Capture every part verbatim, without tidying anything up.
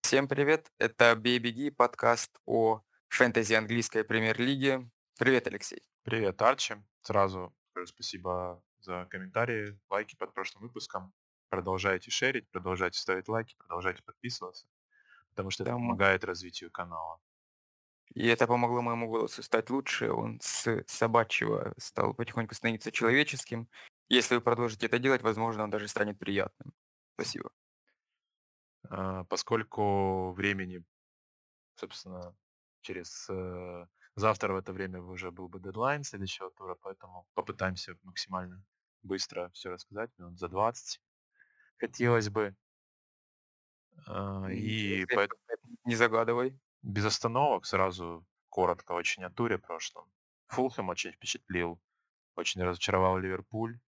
Всем привет! Это «Бей-беги» подкаст о фэнтези английской премьер-лиги. Привет, Алексей. Привет, Арчи. Сразу скажу спасибо за комментарии, лайки под прошлым выпуском. Продолжайте шерить, продолжайте ставить лайки, продолжайте подписываться, потому что это Там помогает развитию канала. и это помогло моему голосу стать лучше. Он с собачьего стал потихоньку становиться человеческим. Если вы продолжите это делать, возможно, он даже станет приятным. Спасибо. А, Поскольку времени, собственно, через э, завтра в это время уже был бы дедлайн следующего тура, поэтому попытаемся максимально быстро все рассказать, минут за двадцать. Хотелось бы. А, М, И Если по- не загадывай. Без остановок сразу коротко очень о туре прошлом. Фулхэм очень впечатлил, очень разочаровал Ливерпуль.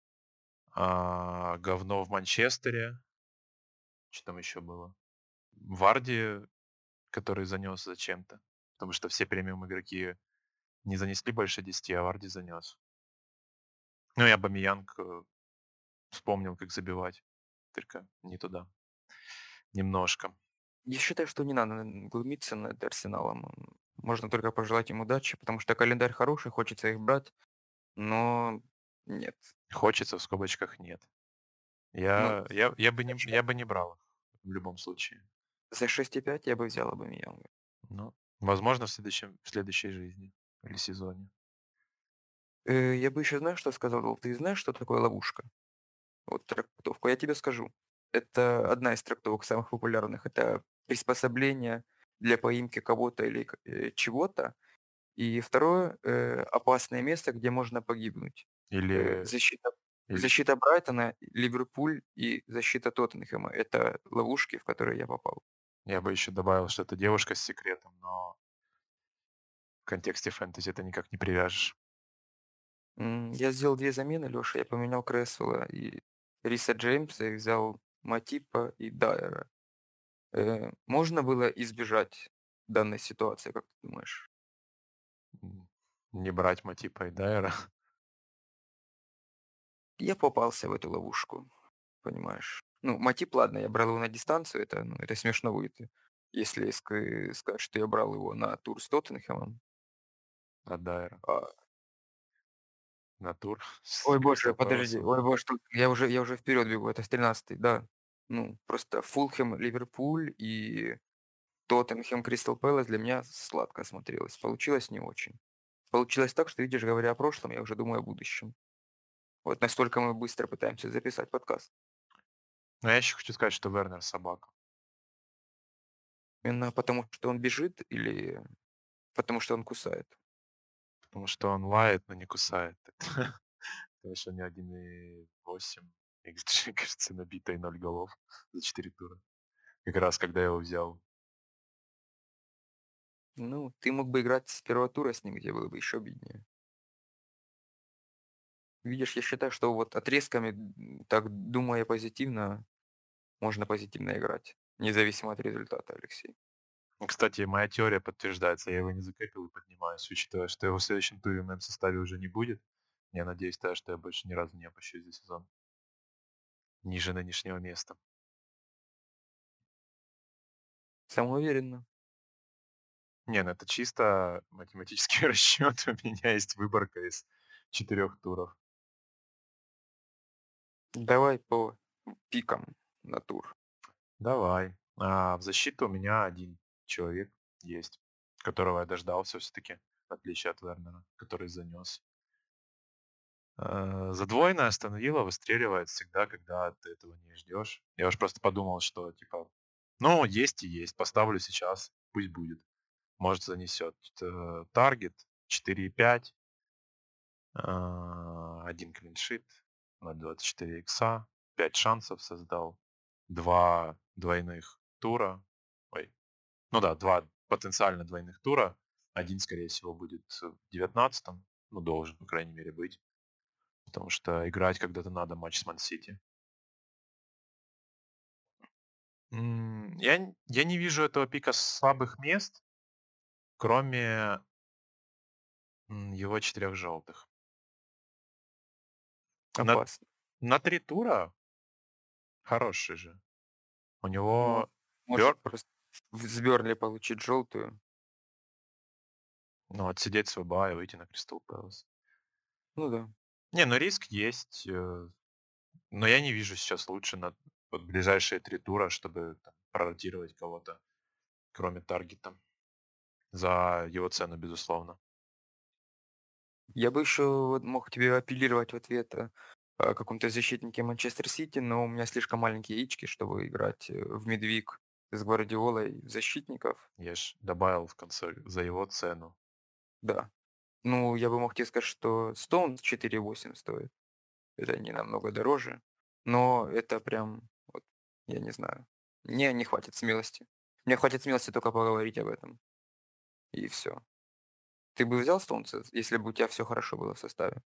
А, говно в Манчестере. Что там еще было? Варди, который занес зачем-то. Потому что все премиум игроки не занесли больше десяти, а Варди занес. Ну и Абамеянг э, вспомнил, как забивать. Только не туда. Немножко. Я считаю, что не надо н глумиться над Арсеналом. М, Можно только пожелать им удачи, потому что календарь хороший, хочется их брать, но нет. Хочется, в скобочках нет. Ну, Я, я, я, бы не, зачем? я бы не брал их в любом случае. За шесть и пять я бы взял Абамеянга. Ну, возможно, в следующем в следующей жизни или сезоне. Э, я бы еще, знаешь, что сказал? Ты знаешь, что такое ловушка? Вот трактовку. Я тебе скажу. Это одна из трактовок самых популярных. Это приспособление для поимки кого-то или к- э, чего-то. И второе, э, опасное место, где можно погибнуть. Э, Или защита, или защита Брайтона, Ливерпуль и защита Тоттенхэма. Это ловушки, в которые я попал. я бы еще добавил, что это девушка с секретом, но в контексте фэнтези это никак не привяжешь. М, Я сделал две замены, Леша. Я поменял Кресвелла и Риса Джеймса и взял Матипа и Дайера. Э, можно было избежать данной ситуации, как ты думаешь? М, Не брать Матипа и Дайера. Я попался в эту ловушку, понимаешь. Ну, Матип, ладно, я брал его на дистанцию, это, ну, это смешно будет, если ска- сказать, что я брал его на тур с Тоттенхэмом. От Дайера. А, На тур с ой, боже, Кристал подожди, Пэласом. ой, боже, тут я уже, я уже вперед бегу, это с тринадцатый, да. Ну, просто Фулхэм, Ливерпуль и Тоттенхэм, Кристал Пэлас для меня сладко смотрелось. Получилось не очень. Получилось так, что, видишь, говоря о прошлом, я уже думаю о будущем. Вот настолько мы быстро пытаемся записать подкаст. Но я еще хочу сказать, что Вернер собака. Именно потому, что он бежит или потому, что он кусает? Потому что он лает, но не кусает. Потому что у него один и восемь икс джи, кажется, набито и ноль голов за четыре тура. Как раз когда я его взял. Ну, ты мог бы играть с первого тура с ним, где было бы еще обиднее. Видишь, я считаю, что вот отрезками, м, так думая позитивно, можно позитивно играть, независимо от результата, Алексей. Ну, кстати, моя теория подтверждается. Я его не закрепил и поднимаюсь, учитывая, что его в следующем туре в моем составе уже не будет. Я надеюсь, да, что я больше ни разу не опущусь за сезон ниже нынешнего места. Самоуверенно. Не, ну это чисто математический расчет. У меня есть выборка из четырех туров. Давай по пикам на тур. Давай. А в защиту у меня один человек есть, которого я дождался все-таки, в отличие от Вернера, который занес. Э, Задвоенная Астон Вилла выстреливает всегда, когда ты этого не ждешь. Я уж просто подумал, что типа, ну, есть и есть, поставлю сейчас, пусть будет. Может, занесет. Э, Таргет четыре и пять, а, один клиншит на двадцать четыре икса, пять шансов создал, два двойных тура. Ой, ну да, два потенциально двойных тура. Один, скорее всего, будет в девятнадцатом. Ну, должен, по крайней мере, быть. Потому что играть когда-то надо матч с Ман-Сити. М, Я, н- я не вижу этого пика слабых мест, кроме м, его четырех желтых. На, Опасно. на три тура хороший же. У Ну, него... Бёр Может просто в с Бернли получить желтую. Ну, отсидеть Своба и выйти на Кристал Пэлас. Ну да. Не, ну риск есть, э, но я не вижу сейчас лучше на вот ближайшие три тура, чтобы там проротировать кого-то, кроме Таргета. За его цену, безусловно. Я бы еще вот мог тебе апеллировать в ответ э, о каком-то защитнике Манчестер Сити, но у меня слишком маленькие яички, чтобы играть э, в медвиг с Гвардиолой в защитников. Я ж добавил в конце за его цену. Да. Ну, я бы мог тебе сказать, что Стоунс четыре восемь стоит. Это не намного дороже, но это прям, вот, я не знаю. Мне не хватит смелости. Мне хватит смелости только поговорить об этом. И все. Ты бы взял Стоунса, если бы у тебя все хорошо было в составе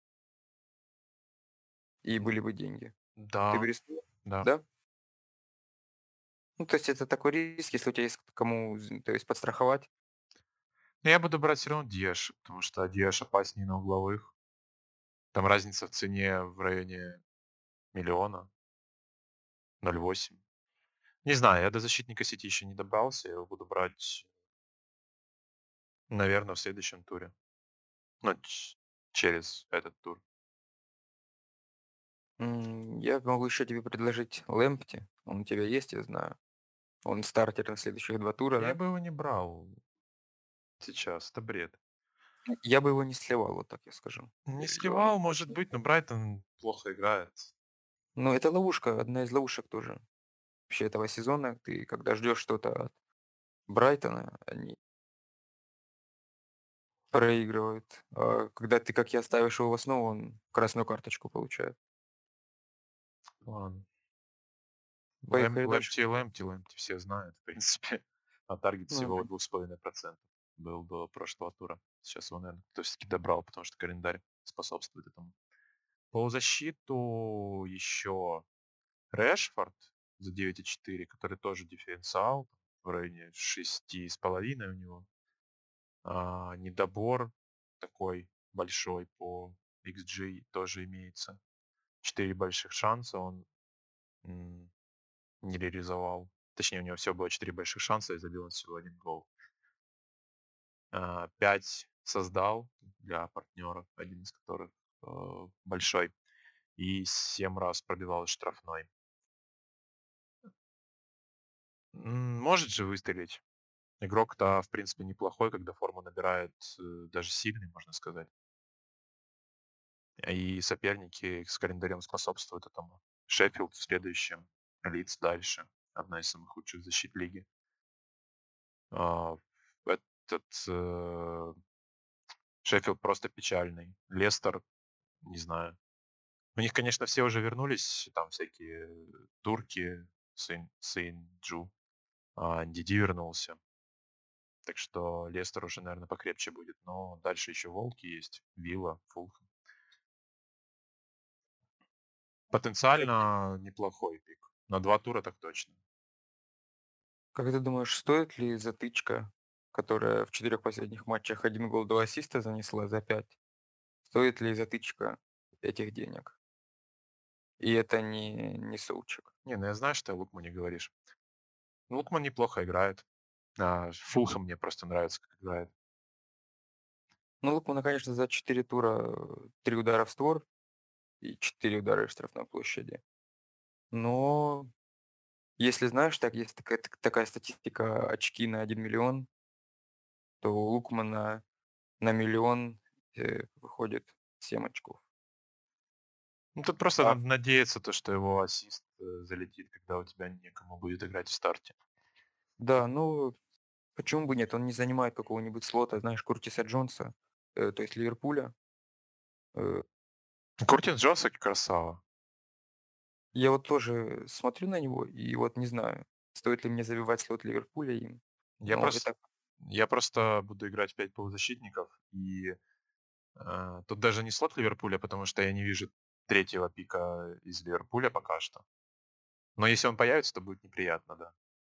и М, были бы деньги? Ты бы да, рискнул? да. Да? Ну, то есть это такой риск, если у тебя есть кому, з то есть подстраховать. Но я буду брать все равно Диэш, потому что Диэш опаснее на угловых. Там разница в цене в районе миллиона, ноль восемь. Не знаю, я до защитника Сити еще не добрался. Я его буду брать, наверное, в следующем туре. Ну, ч через этот тур. М, я могу еще тебе предложить Лэмпти. Он у тебя есть, я знаю. Он стартер на следующих два тура, Я да? бы его не брал сейчас, это бред. Я бы его не сливал, вот так я скажу. Не Э, он сливал, может очень. быть, но Брайтон плохо играет. Ну, это ловушка, одна из ловушек тоже вообще этого сезона. Ты когда ждешь что-то от Брайтона, они проигрывают. А когда ты, как я, ставишь его в основу, он красную карточку получает. Ладно. Лэм Поехали дальше. Лэмпти, Лэмпти, Лэмпти все знают, в принципе. А таргет Ну всего да. два с половиной процента был до прошлого тура. Сейчас его, наверное, кто всё-таки добрал, потому что календарь способствует этому. По защиту еще Решфорд за девять и четыре, который тоже дифференциал, в районе шести с половиной у него. А, недобор такой большой по икс джи тоже имеется. Четыре больших шанса он, м, не реализовал. Точнее, у него всего было четыре больших шанса, и забил он всего один гол. А, пять создал для партнеров, один из которых, э, большой, и семь раз пробивал из штрафной. М, может же выстрелить. Игрок-то, в принципе, неплохой, когда форму набирает, э, даже сильный, можно сказать. И соперники с календарем способствуют этому. Шеффилд в следующем, Лидс дальше. Одна из самых лучших защит лиги. А, этот, э, Шеффилд просто печальный. Лестер, не знаю. У них, конечно, все уже вернулись, там всякие турки, сын Сейнджу, а, Ndidi вернулся. Так что Лестер уже, наверное, покрепче будет. Но дальше еще Волки есть, Вилла, Фулхэм. Как Потенциально неплохой пик. На два тура так точно. как ты думаешь, стоит ли затычка, которая в четырех последних матчах один гол, два ассиста занесла за пять? Стоит ли затычка этих денег? И это не не Соучек. Не, ну я знаю, что ты о Лукмане говоришь. Ну, Лукман неплохо играет. А, Фулхэм мне просто нравится, как играет. Ну, Лукмана, конечно, за четыре тура, э, три удара в створ и четыре удара из штрафной площади. Но если знаешь, так есть такая так такая статистика очки на один миллион, то у Лукмана на миллион э, выходит семь очков. Ну, тут просто А, надо надеяться, то, что его ассист э, залетит, когда у тебя некому будет играть в старте. да, ну, почему бы нет? Он не занимает какого-нибудь слота, знаешь, Куртиса Джонса, э, то есть Ливерпуля. Э, Куртин Джонс красава. я вот тоже смотрю на него и вот не знаю, стоит ли мне забивать слот Ливерпуля им. Я Но просто, это я просто буду играть в пять полузащитников, и э, тут даже не слот Ливерпуля, потому что я не вижу третьего пика из Ливерпуля пока что. Но если он появится, то будет неприятно, да.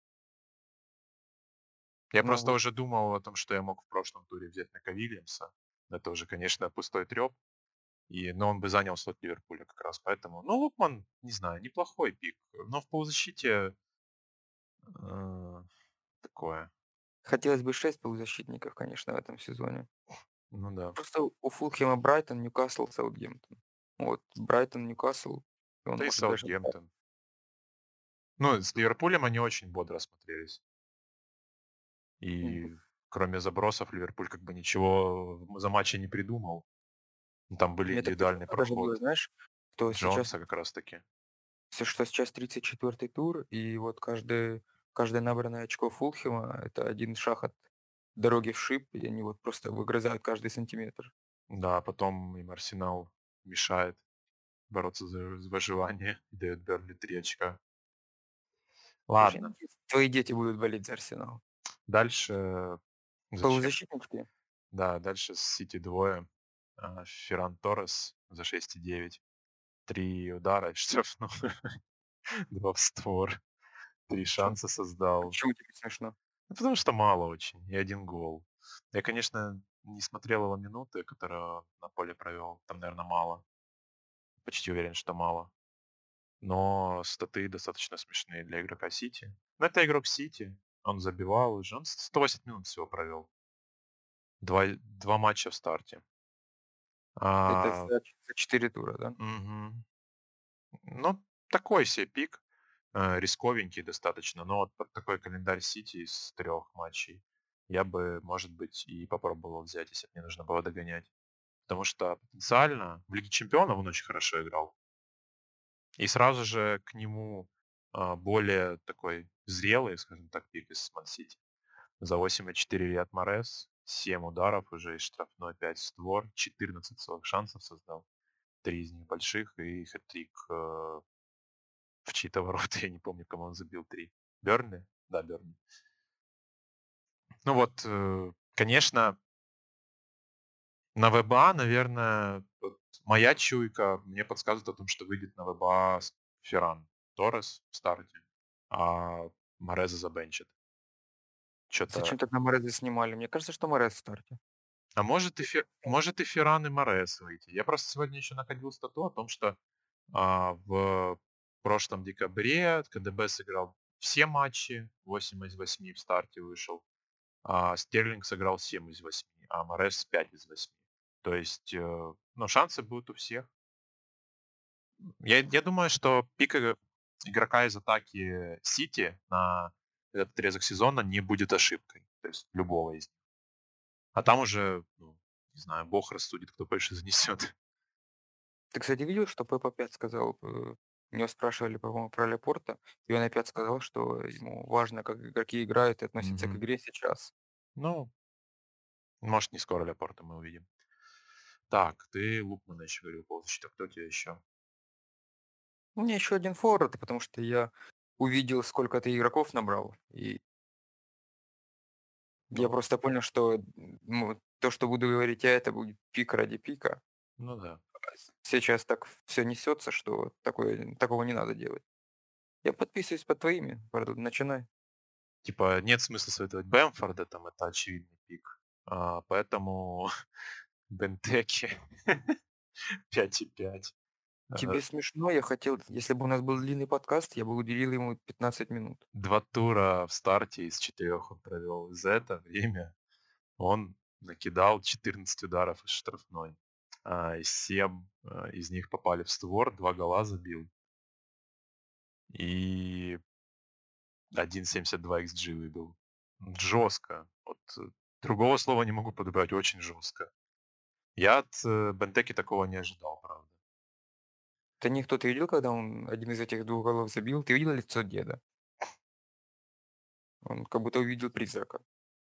Я ну просто вот, уже думал о том, что я мог в прошлом туре взять Нэка Вильямса. Это уже, конечно, пустой треп. И, но он бы занял слот Ливерпуля как раз. Поэтому, ну, Лукман, не знаю, неплохой пик. Но в полузащите Э, Такое. Хотелось бы шесть полузащитников, конечно, в этом сезоне. Ну да. Просто у Фулхэма Брайтон, Ньюкасл, Саутгемптон. Вот Брайтон, Ньюкасл, и он Да и может даже Саутгемптон. Ну, с Ливерпулем они очень бодро смотрелись. Мгм. И кроме забросов Ливерпуль как бы ничего в за матче не придумал. Ну, там были Мне так индивидуальный почему-то даже проход было, знаешь, что сейчас Джонса как раз таки. всё, что сейчас тридцать четвёртый тур, и вот каждый каждое набранное очко Фулхэма — это один шаг от дороги в шип, и они вот просто выгрызают каждый сантиметр. Да, потом им Арсенал мешает бороться за за выживание и даёт Бернли три очка. Даже я Ладно, надеюсь, твои дети будут болеть за Арсенал. дальше зачем? Полузащитнички? Да, дальше с Сити двое. А, Ферран Торрес за шесть и девять. три удара из штрафной, два в створ, три Почему шанса создал. почему тебе смешно? Ну, потому что мало очень, и один гол. Я, конечно, не смотрел его минуты, которые он на поле провел. Там, наверное, мало. Почти уверен, что мало. Но статы достаточно смешные для игрока Сити. Но это игрок Сити. Он забивал уже. Он сто восемьдесят минут всего провел. Два, два матча в старте. Это А, за за четыре тура, да? мгм. Ну, такой себе пик. э, Рисковенький достаточно. Но вот под такой календарь Сити из трех матчей я бы, может быть, и попробовал взять, если бы мне нужно было догонять. Потому что потенциально в Лиге Чемпионов он очень хорошо играл. И сразу же к нему а, более такой зрелый, скажем так, пик из Ман-Сити. За восемь и четыре Рiyad Mahrez, семь ударов уже из штрафной, пять в створ, четырнадцать своих шансов создал, три из них больших и хэт-трик э, в чьи-то ворота, я не помню, кому он забил три. Бернли? Да, Бернли. Ну вот, э, конечно, на ВБА, наверное, вот моя чуйка мне подсказывает о том, что выйдет на ВБА с- Ферран Торрес в старте, а Мореза забенчит. Что-то... Зачем тогда Мореза снимали? Мне кажется, что Морез в старте. А может и, Фе- может и Ферран и Морез выйти. Я просто сегодня еще находил стату о том, что а, в прошлом декабре КДБ сыграл все матчи, восемь из восьми в старте вышел, а Стерлинг сыграл семь из восьми, а Морес пять из восьми. То есть, э, ну, шансы будут у всех. Я, я думаю, что пик э, игрока из атаки Сити на этот отрезок сезона не будет ошибкой. То есть любого из них. А там уже, ну, не знаю, бог рассудит, кто больше занесет. Ты, кстати, видел, что Пеп опять сказал, э, у него спрашивали, по-моему, про Лепорта, и он опять сказал, что ему важно, как игроки играют и относятся к Мгм. игре сейчас. Ну, может, не скоро Лепорта мы увидим. Так, ты Лукмана еще говорил, полузащита. Кто у тебя еще? У меня еще один форвард, потому что я увидел, сколько ты игроков набрал, и я Ну, просто понял, что м, ну, то, что буду говорить я, это будет пик ради пика. ну да. А с- Сейчас так все несется, что такое, такого не надо делать. Я подписываюсь под твоими, пардон, начинай. Типа нет смысла советовать Бэмфорда, там это очевидный пик. А, поэтому Бентеки пять и пять. Э, Тебе смешно, я хотел, если бы у нас был длинный подкаст, я бы уделил ему пятнадцать минут. Два тура в старте из четырех он провел. За это время он накидал четырнадцать ударов из штрафной. А, семь а, из них попали в створ, два гола забил. И один целых семьдесят два XG выбил. Жестко. Вот э, другого слова не могу подобрать, очень жестко. Я от э, Бентеки такого не ожидал, правда. Ты никто, ты видел, когда он один из этих двух голов забил? Ты видел лицо деда? Он как будто увидел призрака.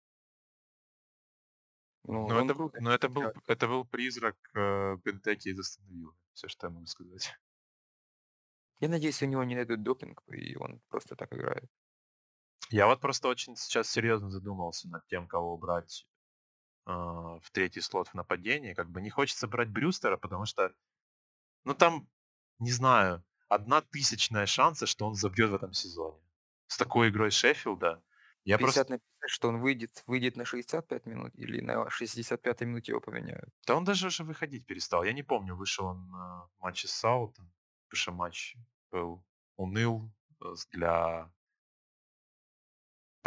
Ну, Но он это, круто, но это был, играет. это был призрак э, Бентеки из Астон Виллы. Все, что я могу сказать. Я надеюсь, у него не найдут допинг, и он просто так играет. Я вот просто очень сейчас серьезно задумался над тем, кого брать э, в третий слот в нападении. Как бы не хочется брать Брюстера, потому что, ну там, не знаю, одна тысячная шанса, что он забьет в этом сезоне. С такой игрой Шеффилда. Я пятьдесят просто... на пятьдесят, что он выйдет, выйдет на шестьдесят пять минут или на шестьдесят пятой минуте его поменяют. Да он даже уже выходить перестал. Я не помню, вышел он на матче с Саутом, потому что матч был уныл э, с- для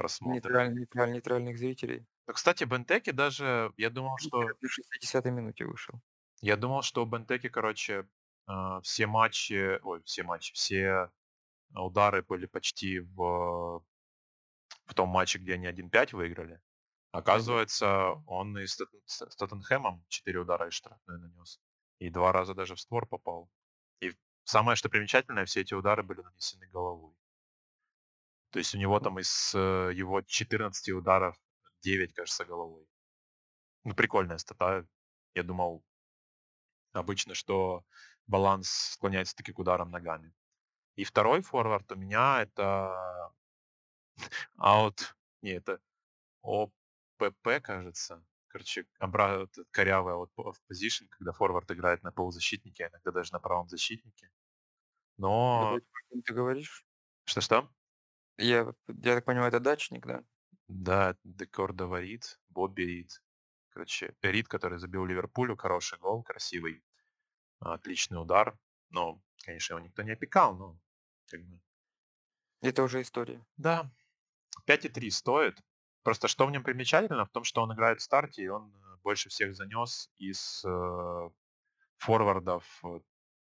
просмотры. Нейтраль нейтраль нейтральных зрителей. Ну, кстати, Бентеке даже, я думал, Питер что на шестидесятой минуте вышел. я думал, что у Бентеке, короче, а, все матчи, ой, все матчи, все удары были почти в в том матче, где они один пять выиграли. Ага. Оказывается, он и с Тоттен с с Тоттенхэмом четыре удара из штрафной нанес, и два раза даже в створ попал. И самое, что примечательное, все эти удары были нанесены головой. То есть у него там из, э, его четырнадцати ударов девять, кажется, головой. Ну, прикольная стата. Я думал обычно, что баланс склоняется таки к ударам ногами. И второй форвард у меня это аут, не, это ОПП, кажется. Короче, обра вот корявый out of position, когда форвард играет на полузащитнике, а иногда даже на правом защитнике. Но Вроде о ком ты говоришь. что-что? Я я так понимаю, это дачник, да? Да, Декордова Рид, Бобби Рид. Короче, Рид, который забил Ливерпулю, хороший гол, красивый, а, отличный удар. Но, конечно, его никто не опекал, но как бы Это уже история. да, пять и три стоит. Просто что в нем примечательно, в том, что он играет в старте, и он э, больше всех занес из э, форвардов э,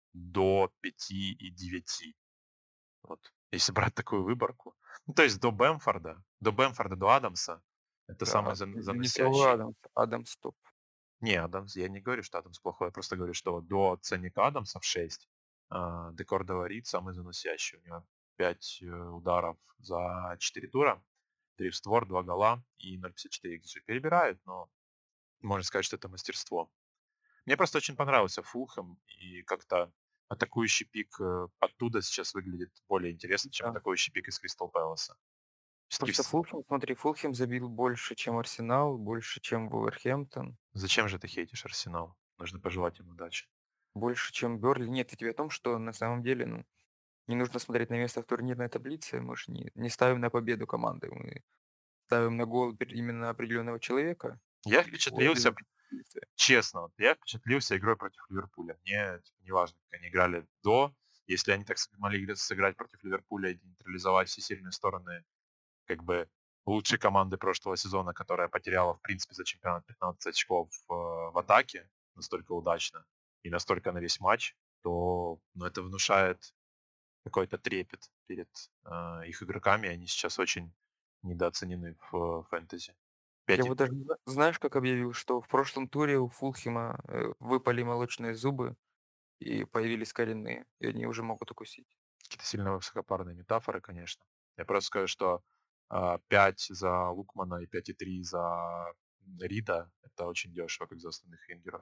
до пяти и девяти. Вот. Если брать такую выборку. Ну, то есть до Бэмфорда, до Бэмфорда, до Адамса. Это самый Да, зан- не того заносящий. Адамса, Адамс топ. Не, Адамс, я не говорю, что Адамс плохой, я просто говорю, что до ценника Адамса в шесть а, Декор говорит самый заносящий. У него пять э, ударов за четыре тура, три в створ, два гола и ноль целых пятьдесят четыре икс джи. Перебирают, но можно сказать, что это мастерство. Мне просто очень понравился Фулхэм, и как-то атакующий пик э, оттуда сейчас выглядит более интересно, чем Да. атакующий пик из Кристал Пэласа. Всё-таки Просто вс- Фулхэм, смотри, Фулхэм забил больше, чем Арсенал, больше, чем Вулверхэмптон, Зачем же ты хейтишь Арсенал? Нужно пожелать ему удачи. больше, чем Бёрли. Нет, я тебе о том, что на самом деле, ну, не нужно смотреть на место в турнирной таблице. Мы ж не не ставим на победу команды, мы ставим на гол пер именно определенного человека. Я Вот впечатлился. из-за таких действий. Честно, вот я впечатлился игрой против Ливерпуля. Мне типа, неважно, как они играли до. Если они так смогли игра- сыграть против Ливерпуля и нейтрализовать все сильные стороны как бы лучшей команды прошлого сезона, которая потеряла, в принципе, за чемпионат пятнадцать очков э, в атаке настолько удачно и настолько на весь матч, то ну, это внушает какой-то трепет перед э, их игроками. Они сейчас очень недооценены в э, фэнтези. Я Пять. вот даже зна знаешь, как объявил, что в прошлом туре у Фулхема э, выпали молочные зубы и появились коренные, и они уже могут укусить. Какие-то сильно высокопарные метафоры, конечно. Я просто скажу, что а, пять за Лукмана и пять и три за Рида — это очень дешево, как за остальных вингеров.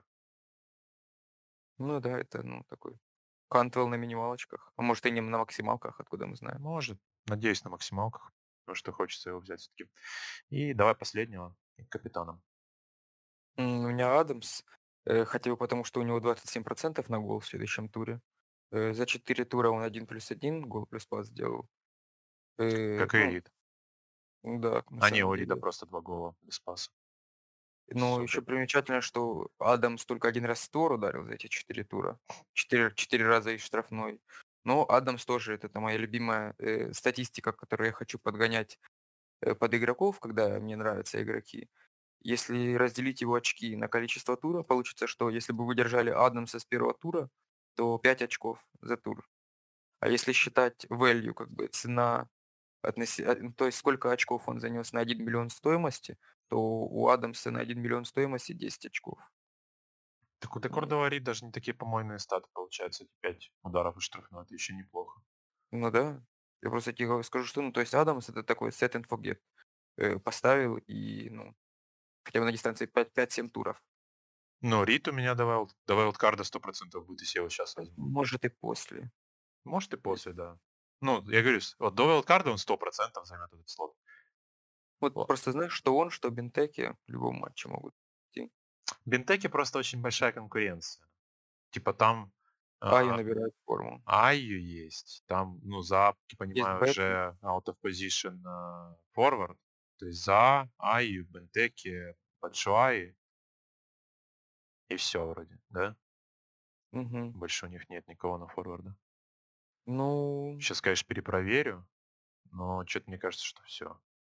Ну да, это, ну, такой Кантвелл на минималочках, а может, и не на максималках, откуда мы знаем. Может. Надеюсь, на максималках, потому что хочется его взять все-таки. И давай последнего, и капитаном. М, у меня Адамс, э, хотя бы потому, что у него двадцать семь процентов на гол в следующем туре. Э, за четыре тура он один плюс один гол плюс пас сделал. Э, Как и ну Рид. да, на А не, самом у Рида деле. просто два гола без паса. Но еще Супер. примечательно, что Адамс только один раз в створ ударил за эти четыре тура. четыре четыре раза из штрафной. Но Адамс тоже, это это моя любимая, э, статистика, которую я хочу подгонять, э, под игроков, когда мне нравятся игроки. Если разделить его очки на количество тура, получится, что если бы вы держали Адамса с первого тура, то пять очков за тур. А если считать value, как бы цена относи а, ну, то есть сколько очков он занес на один миллион стоимости, то у Адамса на один миллион стоимости десять очков. Так у Ну Декордова Рид даже не такие помойные статы получаются. Эти пять ударов из штрафной, это еще неплохо. ну да. Я просто тебе говорю скажу, что, ну, то есть Адамс — это такой set and forget. Э, поставил и, ну, хотя бы на дистанции пять пять-семь туров. Но Рид у меня до вайлд, до вайлдкарда сто процентов будет, если я его сейчас возьму. Может, и после. Может, и Если после, да. Ну, я говорю, с вот до вайлдкарда он сто процентов займет этот слот. вот Во. просто знаешь, что он, что Бентеки в любом матче могут идти. В Бентеке просто очень большая конкуренция. Типа там, Аю а, набирает форму. Айю есть, там, ну, за, как я Есть понимаю, Бетли. уже out of position, а, форвард. То есть за Айю, Бентеке, Бачуаи и все вроде, да? Мгм. Больше у них нет никого на форварда. Ну, Сейчас, конечно, перепроверю, но что то мне кажется, что все.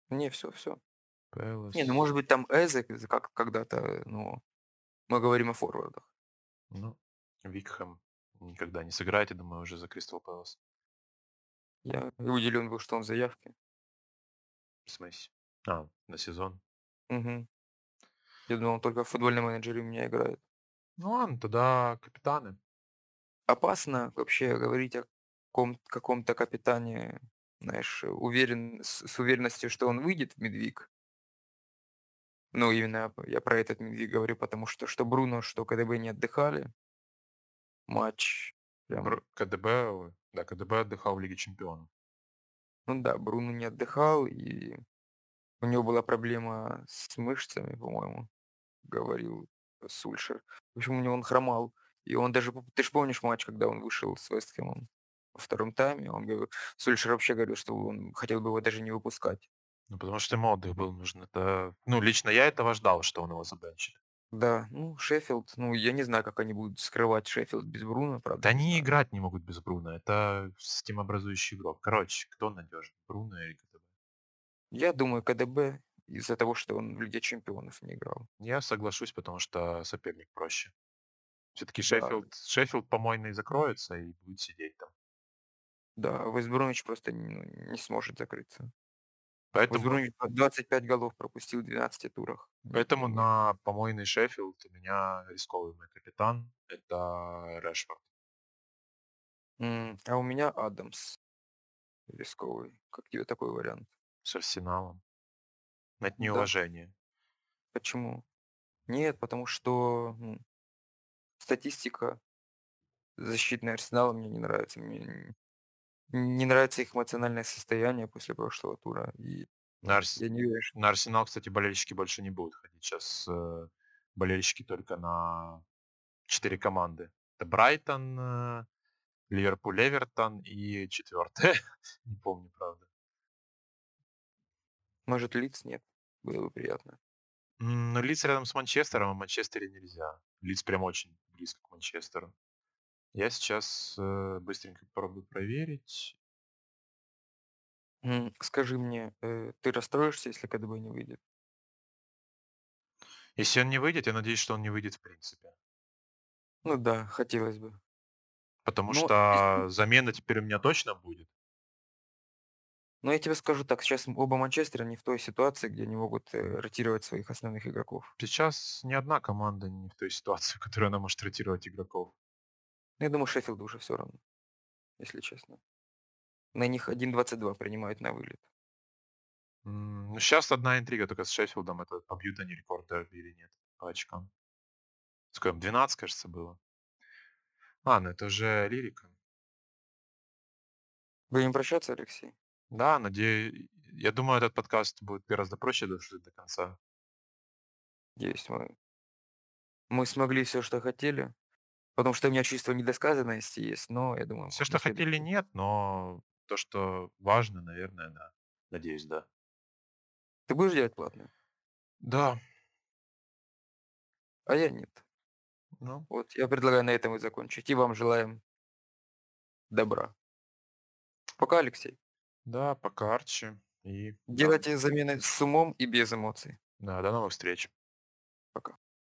Не, все, все. Не, ну, Пэлас. может быть, там Эзек, из как когда-то, э, но мы говорим о форвардах. Ну, Викхэм никогда не сыграет, я думаю, уже за Кристал Пэлас. Я удивлен был, что он в заявке. В смысле? А, на сезон. Мгм. Я думал, он только в футбольном менеджере у меня играет. Ну ладно, тогда капитаны. Опасно вообще говорить о ком каком-то капитане, знаешь, уверен с с уверенностью, что он выйдет в midweek. Ну, именно п я про этот midweek говорю, потому что что Бруно, что КДБ не отдыхали. Матч Бр прям, КДБ, ой, да, КДБ отдыхал в Лиге чемпионов. ну да, Бруно не отдыхал, и у него была проблема с мышцами, по-моему, говорил Сульшер. В общем, у него он хромал. И он даже п ты ж помнишь матч, когда он вышел с Вест Хэмом во втором тайме? Он говорил, Сульшер вообще говорил, что он хотел бы его даже не выпускать. Ну, потому что ему отдых был нужен. Это, ну, лично я этого ждал, что он его забенчит. Да, ну, Шеффилд, ну, я не знаю, как они будут скрывать Шеффилд без Бруно, правда, Да не они знаю. играть не могут без Бруно. Это системообразующий игрок. Короче, кто надежен? Бруно или КДБ? Я думаю, КДБ из-за того, что он в Лиге чемпионов не играл. Я соглашусь, потому что соперник проще. Все-таки Да, Шеффилд, Шеффилд помойный закроется и будет сидеть там. да, Вест Бромвич просто, ну, не сможет закрыться. Вест Поэтому, Бромвич двадцать пять голов пропустил в двенадцати турах. Н поэтому ну, на помойный Шеффилд у меня рисковый мой капитан. Это Решфорд. м, а у меня Адамс рисковый. Как тебе такой вариант? С Арсеналом. Это Да. неуважение. Почему? Нет, потому что, ну, статистика защитная Арсенала мне не нравится. Мне н не нравится их эмоциональное состояние после прошлого тура. И, На, ну, Арс- я не уверен, что на Арсенал, кстати, болельщики больше не будут ходить. Сейчас э, болельщики только на четыре команды. Это Брайтон, э, Ливерпуль, Эвертон и четвертое. Не помню, правда. может, Лидс нет. Было бы приятно. М, Но Лидс рядом с Манчестером, а в Манчестере нельзя. Лидс прям очень близко к Манчестеру. Я сейчас э, быстренько попробую проверить. М, скажи мне, э, ты расстроишься, если КДБ не выйдет? Если он не выйдет, я надеюсь, что он не выйдет в принципе. Ну да, хотелось бы. Потому Но если что замена теперь у меня точно будет. но я тебе скажу так, сейчас оба Манчестера не в той ситуации, где они могут, э, ротировать своих основных игроков. Сейчас ни одна команда не в той ситуации, в которой она может ротировать игроков. Ну, я думаю, Шеффилду уже все равно, если честно. На них один двадцать два принимают на вылет. М, Ну, сейчас одна интрига только с Шеффилдом. Это побьют они рекорд дерби или нет по очкам. Сколько там, двенадцать, кажется, было. Ладно, это уже лирика. Будем прощаться, Алексей? Да, надеюсь. Я думаю, этот подкаст будет гораздо проще дослушать до конца. Есть мы мы смогли все, что хотели, потому что у меня чувство недосказанности есть, но я думаю, Все, на что хотели, следующий. нет, но то, что важно, наверное, да. Надеюсь, да. Ты будешь делать платное? Да, А я нет. ну, Вот я предлагаю на этом и закончить. И вам желаем добра. Пока, Алексей. да, пока, Арчи. И да, Делайте замены с умом и без эмоций. да, до новых встреч. Пока.